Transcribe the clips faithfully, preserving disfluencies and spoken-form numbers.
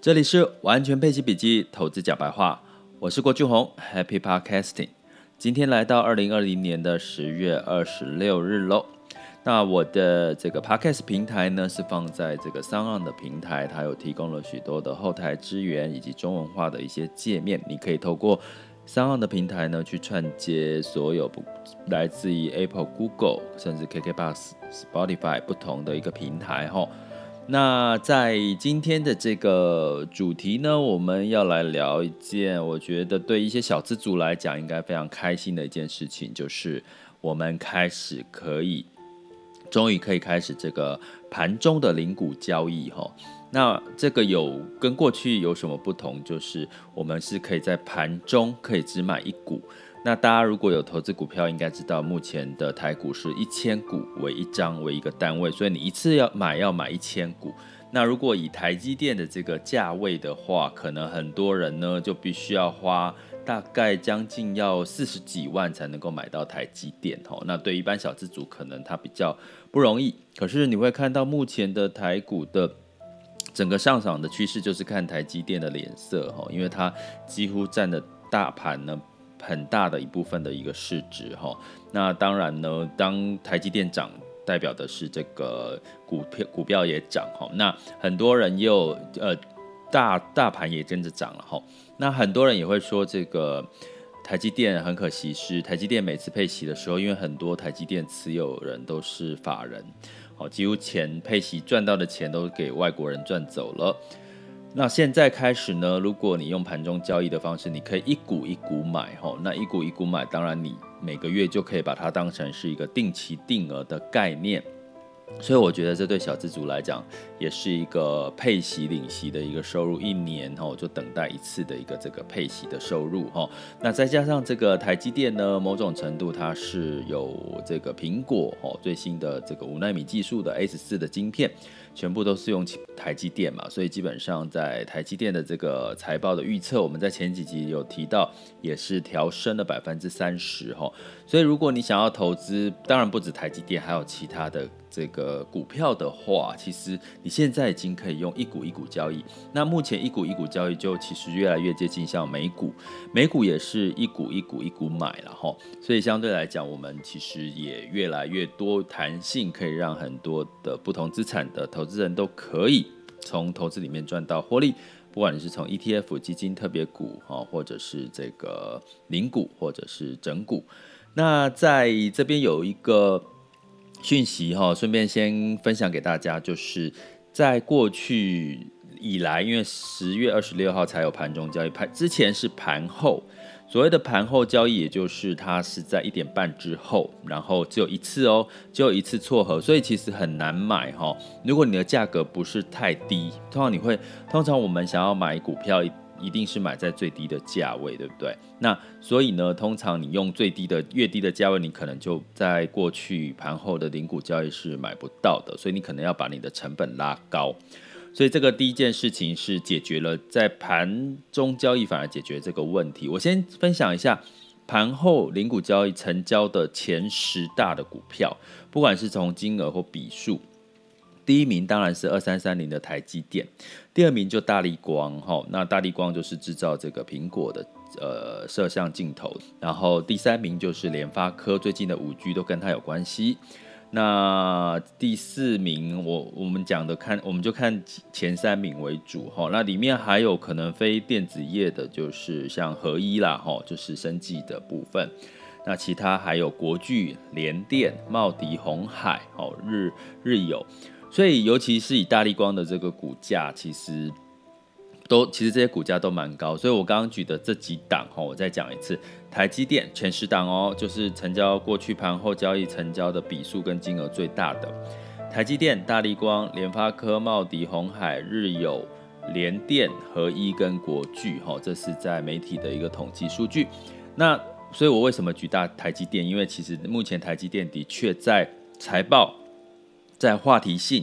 这里是完全配息笔记投资讲白话，我是郭俊宏 ，Happy Podcasting。今天来到二零二零年的十月二十六日喽。那我的这个 Podcast 平台呢是放在这个 SoundOn 的平台，它有提供了许多的后台资源以及中文化的一些界面，你可以透过 SoundOn 的平台呢去串接所有来自于 Apple、Google 甚至 K K B O X、Spotify 不同的一个平台齁。那在今天的这个主题呢，我们要来聊一件我觉得对一些小资族来讲应该非常开心的一件事情，就是我们开始可以终于可以开始这个盘中的零股交易齁。那这个有跟过去有什么不同，就是我们是可以在盘中可以只买一股。那大家如果有投资股票，应该知道目前的台股是一千股为一张为一个单位，所以你一次要买要买一千股。那如果以台积电的这个价位的话，可能很多人呢就必须要花大概将近要四十几万才能够买到台积电。那对一般小资族可能它比较不容易，可是你会看到目前的台股的整个上涨的趋势就是看台积电的脸色，因为它几乎占了大盘呢很大的一部分的一个市值。那当然呢，当台积电涨代表的是这个 股票股票也涨，那很多人也有呃大大盘也跟着涨了。那很多人也会说这个台积电很可惜是台积电每次配息的时候，因为很多台积电持有人都是法人，几乎钱配息赚到的钱都给外国人赚走了。那现在开始呢，如果你用盘中交易的方式，你可以一股一股买，那一股一股买，当然你每个月就可以把它当成是一个定期定额的概念。所以我觉得这对小资族来讲也是一个配息领息的一个收入，一年就等待一次的一个这个配息的收入。那再加上这个台积电呢，某种程度它是有这个苹果最新的这个五奈米技术的 A 十四 的晶片，全部都是用台积电嘛，所以基本上在台积电的这个财报的预测，我们在前几集有提到，也是调升了百分之三十。所以如果你想要投资，当然不止台积电，还有其他的这个股票的话，其实你现在已经可以用一股一股交易。那目前一股一股交易就其实越来越接近像美股，美股也是一股一股一股买了齁。所以相对来讲，我们其实也越来越多弹性，可以让很多的不同资产的投资人都可以从投资里面赚到获利。不管你是从 E T F 基金特别股，或者是这个零股，或者是整股。那在这边有一个讯息，顺便先分享给大家，就是在过去以来，因为十月二十六号才有盘中交易，之前是盘后。所谓的盘后交易，也就是它是在一点半之后，然后只有一次哦，只有一次撮合，所以其实很难买哈。如果你的价格不是太低，通常你会，通常我们想要买股票，一定是买在最低的价位，对不对？那所以呢，通常你用最低的越低的价位，你可能就在过去盘后的零股交易是买不到的，所以你可能要把你的成本拉高。所以这个第一件事情是解决了在盘中交易反而解决这个问题。我先分享一下盘后零股交易成交的前十大的股票，不管是从金额或笔数。第一名当然是二三三零的台积电，第二名就大立光，那大立光就是制造这个苹果的呃摄像镜头，然后第三名就是联发科，最近的 五 G 都跟它有关系。那第四名我我们讲的看，我们就看前三名为主，那里面还有可能非电子业的，就是像合一啦，就是生技的部分。那其他还有国巨、联电、茂迪、鸿海、日日友，所以尤其是以大立光的这个股价，其实都其实这些股价都蛮高，所以我刚刚举的这几档，我再讲一次，台积电前十档哦，就是成交过去盘后交易成交的笔数跟金额最大的，台积电、大立光、联发科、茂迪、鸿海、日友、联电、合一跟国巨，这是在媒体的一个统计数据。那所以我为什么举大台积电？因为其实目前台积电的确在财报、在话题性、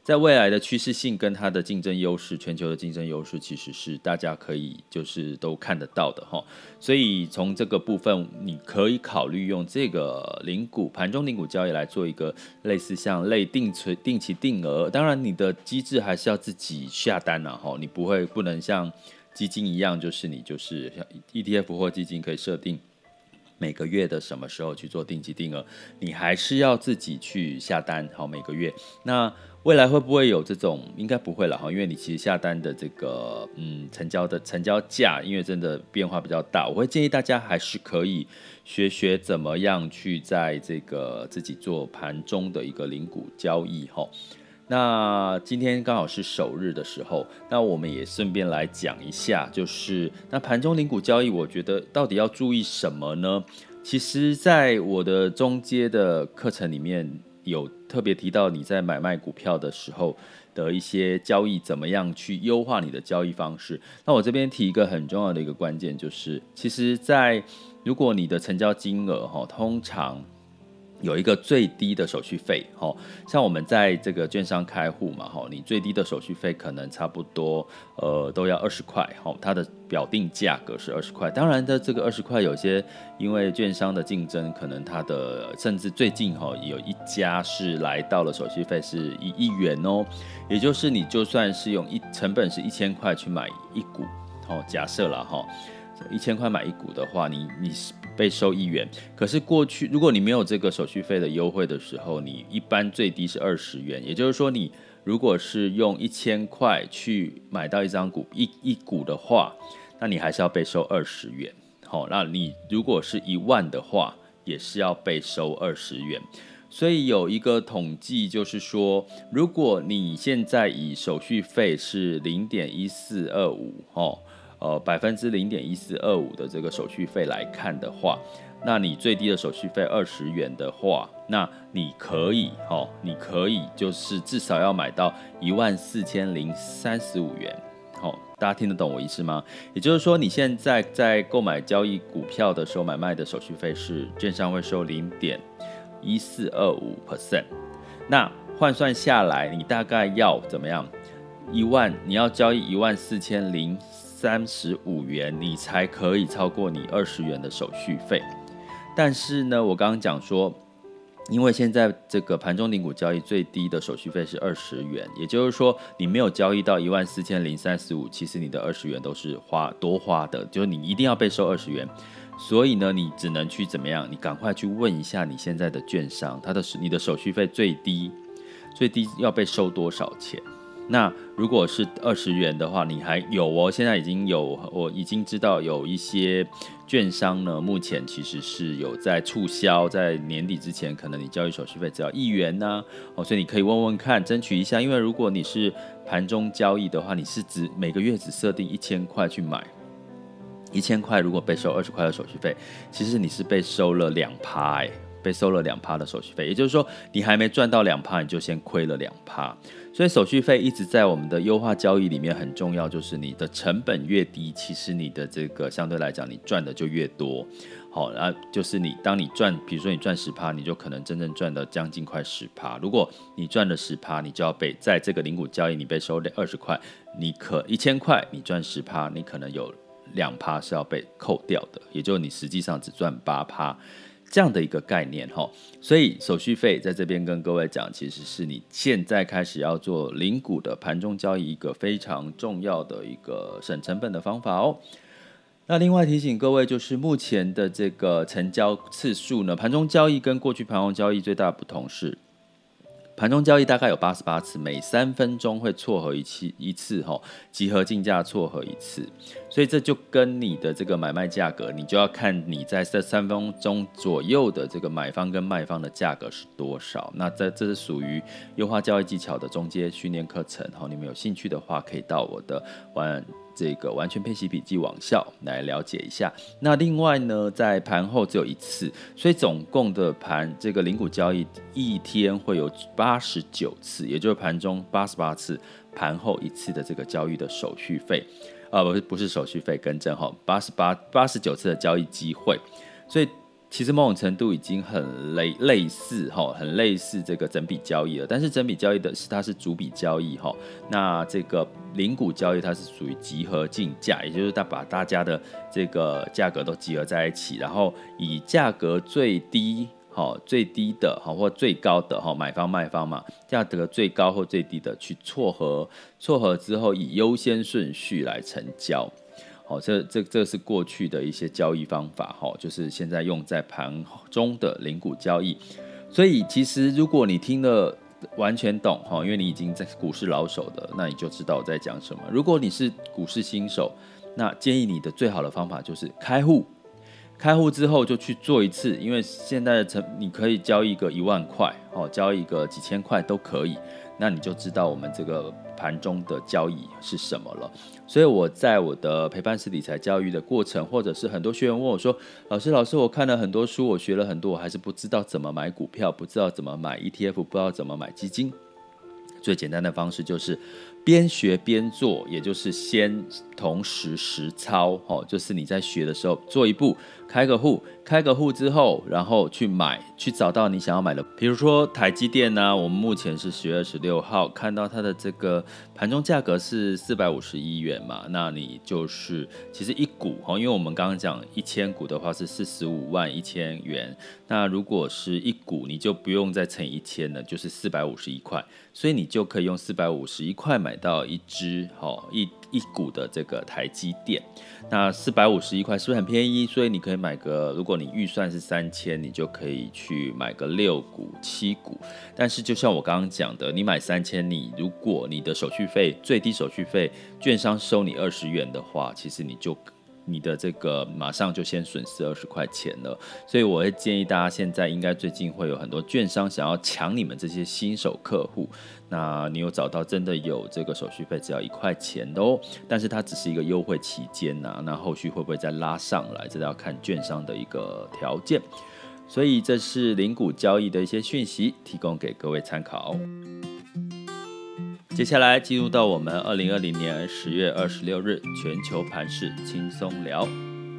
在未来的趋势性跟它的竞争优势，全球的竞争优势其实是大家可以就是都看得到的哈。所以从这个部分，你可以考虑用这个零股盘中零股交易来做一个类似像类定存定期定额，当然你的机制还是要自己下单啊哈，你不会不能像基金一样，就是你就是像 E T F 或基金可以设定每个月的什么时候去做定期定额，你还是要自己去下单好每个月。那未来会不会有这种？应该不会了哈，因为你其实下单的这个嗯成交的成交价，因为真的变化比较大，我会建议大家还是可以学学怎么样去在这个自己做盘中的一个零股交易哈。那今天刚好是首日的时候，那我们也顺便来讲一下，就是那盘中零股交易，我觉得到底要注意什么呢？其实，在我的中阶的课程里面，有特别提到你在买卖股票的时候的一些交易，怎么样去优化你的交易方式。那我这边提一个很重要的一个关键，就是其实在如果你的成交金额通常有一个最低的手续费，像我们在这个券商开户嘛，你最低的手续费可能差不多呃都要二十块，它的表定价格是二十块。当然的，这个二十块有些因为券商的竞争，可能它的甚至最近有一家是来到了手续费是一亿元哦，也就是你就算是用一成本是一千块去买一股，假设啦哈。一千块买一股的话，你你被收一元。可是过去如果你没有这个手续费的优惠的时候，你一般最低是二十元。也就是说，你如果是用一千块去买到一张股 一, 一股的话，那你还是要被收二十元。好，那你如果是一万的话，也是要被收二十元。所以有一个统计就是说，如果你现在以手续费是零点一四二五哦。呃，百分之零点一四二五的这个手续费来看的话，那你最低的手续费二十元的话，那你可以，哦，你可以就是至少要买到一万四千零三十五元，哦，大家听得懂我意思吗？也就是说，你现在在购买交易股票的时候，买卖的手续费是券商会收零点一四二五 percent， 那换算下来，你大概要怎么样？一万，你要交易一万四千零三十五元，你才可以超过你二十元的手续费。但是呢，我刚刚讲说，因为现在这个盘中零股交易最低的手续费是二十元，也就是说，你没有交易到一万四千零三十五，其实你的二十元都是花多花的，就是你一定要被收二十元。所以呢，你只能去怎么样？你赶快去问一下你现在的券商，它的你的手续费最低最低要被收多少钱？那如果是二十元的话，你还有哦，现在已经有，我已经知道有一些券商呢，目前其实是有在促销，在年底之前，可能你交易手续费只要一元呢、啊，哦，所以你可以问问看，争取一下，因为如果你是盘中交易的话，你是只每个月只设定一千块去买，一千块如果被收二十块的手续费，其实你是被收了两趴哎。被收了 百分之二 的手续费，也就是说你还没赚到 百分之二， 你就先亏了 百分之二。 所以手续费一直在我们的优化交易里面很重要，就是你的成本越低，其实你的这个相对来讲你赚的就越多。好，然后就是你当你赚，比如说你赚 百分之十， 你就可能真正赚的将近快 百分之十。 如果你赚了 百分之十， 你就要被在这个零股交易你被收二十块，你可一千块你赚 百分之十， 你可能有 百分之二 是要被扣掉的，也就是你实际上只赚 百分之八。这样的一个概念，所以手续费在这边跟各位讲，其实是你现在开始要做零股的盘中交易一个非常重要的一个省成本的方法哦。那另外提醒各位，就是目前的这个成交次数呢，盘中交易跟过去盘后交易最大的不同是，盘中交易大概有八十八次，每三分钟会撮合一次一次齁，集合竞价撮合一次，所以这就跟你的这个买卖价格，你就要看你在这三分钟左右的这个买方跟卖方的价格是多少。那这这是属于优化交易技巧的中阶训练课程，齁，你们有兴趣的话，可以到我的完这个完全配息笔记网校来了解一下。那另外呢，在盘后只有一次，所以总共的盘这个零股交易一天会有八十九次，也就是盘中八十八次，盘后一次的这个交易的手续费，呃，不是不是手续费，更正哈，八十八八十九次的交易机会。所以其实某种程度已经很类类似哈，很类似这个整笔交易了。但是整笔交易的是它是逐笔交易哈，那这个零股交易它是属于集合竞价，也就是它把大家的这个价格都集合在一起，然后以价格最低。好，最低的好或最高的好，买方卖方嘛，价格最高或最低的去撮合，撮合之后以优先顺序来成交。好，这这这是过去的一些交易方法，哈，就是现在用在盘中的零股交易。所以其实如果你听了完全懂，哈，因为你已经在股市老手的，那你就知道我在讲什么。如果你是股市新手，那建议你的最好的方法就是开户。开户之后就去做一次，因为现在的成你可以交易个一万块，哦，交易个几千块都可以，那你就知道我们这个盘中的交易是什么了。所以我在我的陪伴式理财教育的过程，或者是很多学员问我说，老师老师，我看了很多书，我学了很多，我还是不知道怎么买股票，不知道怎么买 E T F， 不知道怎么买基金。最简单的方式就是边学边做，也就是先同时实操，就是你在学的时候做一步，开个户，开个户之后，然后去买，去找到你想要买的，比如说台积电呢、啊，我们目前是十月二十六号看到它的这个盘中价格是四百五十一元嘛，那你就是其实一股，因为我们刚刚讲一千股的话是四十五万一千元，那如果是一股，你就不用再乘以一千了，就是四百五十一块，所以你就可以用四百五十一块买到一支一一股的这个台积电。那四百五十一块是不是很便宜？所以你可以买个，如果你预算是三千，你就可以去买个六股、七股。但是就像我刚刚讲的，你买三千，你如果你的手续费最低手续费，券商收你二十元的话，其实你就。你的这个马上就先损失二十块钱了，所以我会建议大家现在应该最近会有很多券商想要抢你们这些新手客户，那你有找到真的有这个手续费只要一块钱的哦，但是它只是一个优惠期间呐，那后续会不会再拉上来，这要看券商的一个条件。所以这是零股交易的一些讯息，提供给各位参考。接下来进入到我们二零二零年十月二十六日全球盘势轻松聊。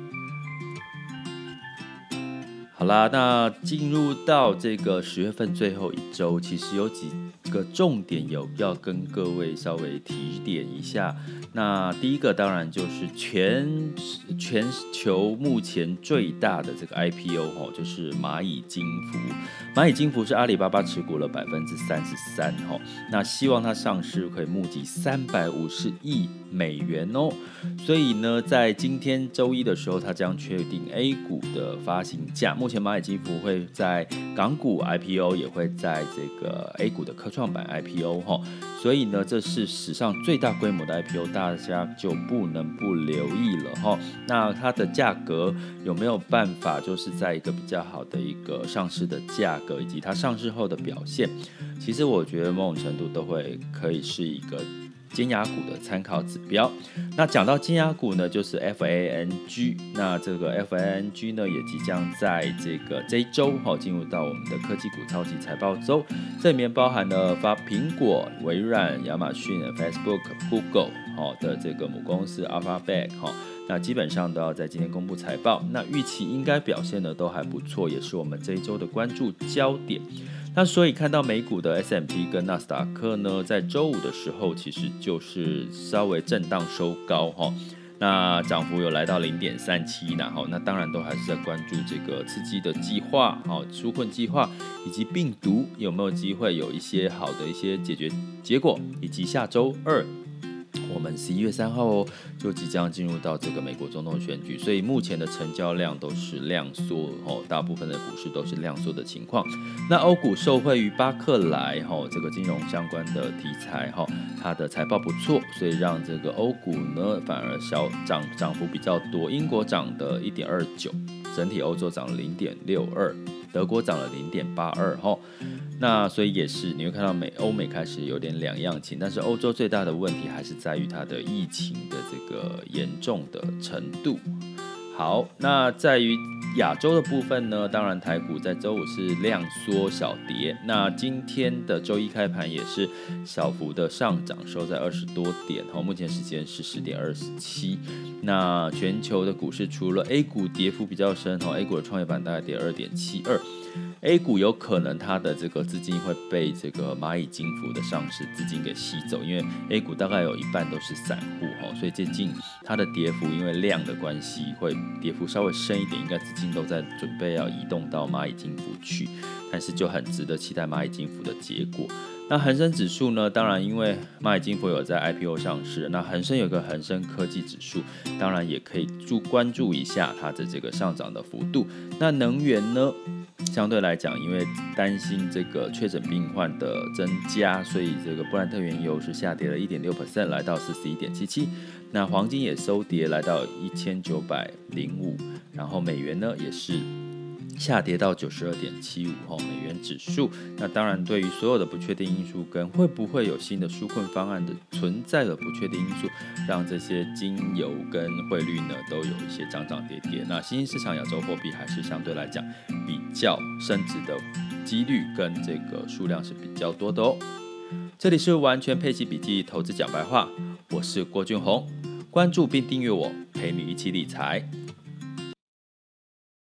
好啦，那进入到这个十月份最后一周，其实有几个重点有要跟各位稍微提点一下。那第一个当然就是全全球目前最大的这个 I P O 就是蚂蚁金服。蚂蚁金服是阿里巴巴持股了百分之三十三，那希望它上市可以募集三百五十亿美元哦。所以呢，在今天周一的时候，它将确定 A 股的发行价。目前蚂蚁金服会在港股 I P O， 也会在这个 A 股的科创板 I P O 哈。所以呢，这是史上最大规模的 I P O， 大家就不能不留意了哈。那它的价格有没有办法，就是在一个比较好的一个上市的价格，以及它上市后的表现，其实我觉得某种程度都会可以是一个尖牙股的参考指标。那讲到尖牙股呢，就是 F A N G， 那这个 F A N G 呢，也即将在这个这一周进入到我们的科技股超级财报周，这里面包含了发苹果、微软、亚马逊、Facebook、Google 的这个母公司 Alphabet， 那基本上都要在今天公布财报，那预期应该表现的都还不错，也是我们这一周的关注焦点。那所以看到美股的 S and P 跟纳斯达克呢，在周五的时候其实就是稍微震荡收高哈，那涨幅有来到 零点三七 呢，那当然都还是在关注这个刺激的计划，纾困计划以及病毒有没有机会有一些好的一些解决结果，以及下周二。我们十一月三号哦，就即将进入到这个美国总统选举，所以目前的成交量都是量缩哦，大部分的股市都是量缩的情况。那欧股受惠于巴克莱哦，这个金融相关的题材哈，它的财报不错，所以让这个欧股呢反而小涨涨幅比较多。英国涨的 一点二九， 整体欧洲涨了 零点六二， 德国涨了 零点八二哈。那所以也是你会看到美欧美开始有点两样情，但是欧洲最大的问题还是在于它的疫情的这个严重的程度。好，那在于亚洲的部分呢，当然台股在周五是量缩小跌，那今天的周一开盘也是小幅的上涨，收在二十多点，目前时间是十点二十七。那全球的股市除了 A 股跌幅比较深 A 股的创业板大概跌 二点七二， A 股有可能它的这个资金会被这个蚂蚁金服的上市资金给吸走，因为 A 股大概有一半都是散户，所以最近它的跌幅因为量的关系会跌幅稍微深一点，应该资金都在准备要移动到蚂蚁金服去，但是就很值得期待蚂蚁金服的结果。那恒生指数呢，当然因为蚂蚁金服有在 I P O 上市，那恒生有个恒生科技指数，当然也可以注关注一下它的这个上涨的幅度。那能源呢，相对来讲因为担心这个确诊病患的增加，所以这个布兰特原油是下跌了 百分之一点六， 来到四十一点七七，那黄金也收跌来到一千九百零五，然后美元呢也是下跌到九十二点七五美元指数。那当然对于所有的不确定因素跟会不会有新的纾困方案的存在的不确定因素，让这些金油跟汇率呢都有一些涨涨跌跌。那新兴市场亚洲货币还是相对来讲比较升值的几率跟这个数量是比较多的哦。这里是完全配息笔记投资讲白话，我是郭俊宏，关注并订阅我，陪你一起理财。